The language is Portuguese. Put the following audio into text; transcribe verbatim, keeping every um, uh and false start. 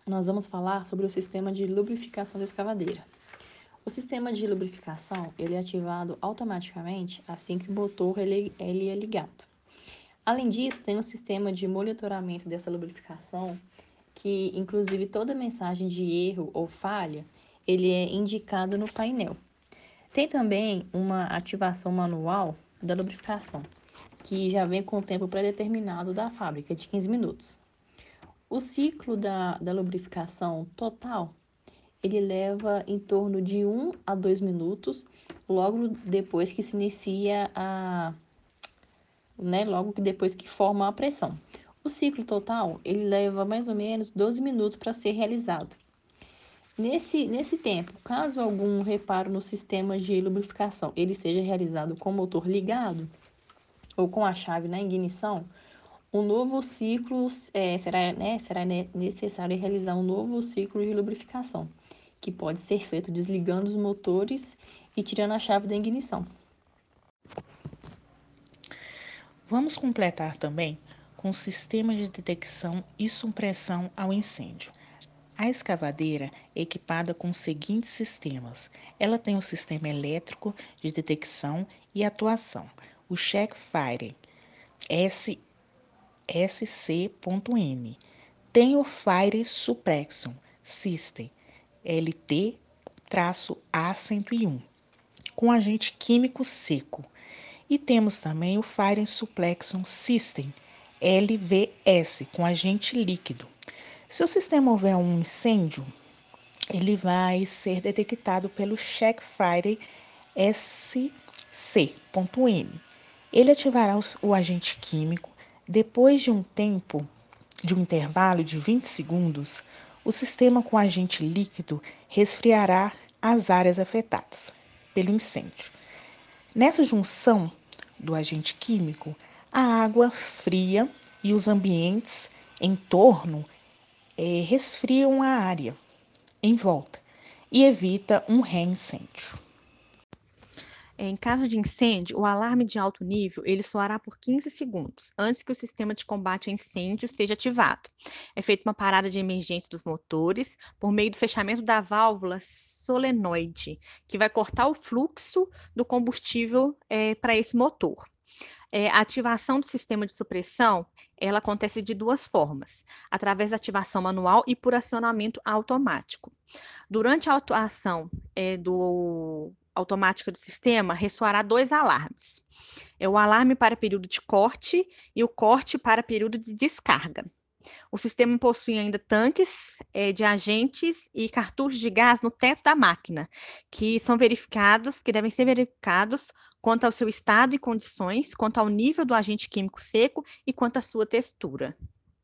nós vamos falar sobre o sistema de lubrificação da escavadeira. O sistema de lubrificação ele é ativado automaticamente assim que o motor ele, ele é ligado. Além disso, tem um sistema de monitoramento dessa lubrificação que, inclusive, toda mensagem de erro ou falha, ele é indicado no painel. Tem também uma ativação manual da lubrificação, que já vem com o tempo pré-determinado da fábrica, de quinze minutos. O ciclo da, da lubrificação total, ele leva em torno de um a dois minutos, logo depois que se inicia a, né, logo que depois que forma a pressão. O ciclo total, ele leva mais ou menos doze minutos para ser realizado. Nesse, nesse tempo, caso algum reparo no sistema de lubrificação ele seja realizado com o motor ligado ou com a chave na ignição, um novo ciclo é, será, né, será necessário realizar um novo ciclo de lubrificação, que pode ser feito desligando os motores e tirando a chave da ignição. Vamos completar também com o sistema de detecção e supressão ao incêndio. A escavadeira é equipada com os seguintes sistemas. Ela tem o sistema elétrico de detecção e atuação, o Check Fire S C.M. Tem o Fire Suppression System L T-A cento e um, com agente químico seco. E temos também o Fire Suppression System L V S, com agente líquido. Se o sistema houver um incêndio, ele vai ser detectado pelo Check Fire S C.M. Ele ativará o agente químico. Depois de um tempo, de um intervalo de vinte segundos, o sistema com agente líquido resfriará as áreas afetadas pelo incêndio. Nessa junção do agente químico, a água fria e os ambientes em torno eh, resfriam a área em volta e evita um reincêndio. Em caso de incêndio, o alarme de alto nível ele soará por quinze segundos antes que o sistema de combate a incêndio seja ativado. É feita uma parada de emergência dos motores por meio do fechamento da válvula solenoide, que vai cortar o fluxo do combustível é, para esse motor. É, a ativação do sistema de supressão ela acontece de duas formas: através da ativação manual e por acionamento automático. Durante a atuação é, do automática do sistema, ressoará dois alarmes. É o alarme para período de corte e o corte para período de descarga. O sistema possui ainda tanques é, de agentes e cartuchos de gás no teto da máquina, que são verificados, que devem ser verificados quanto ao seu estado e condições, quanto ao nível do agente químico seco e quanto à sua textura.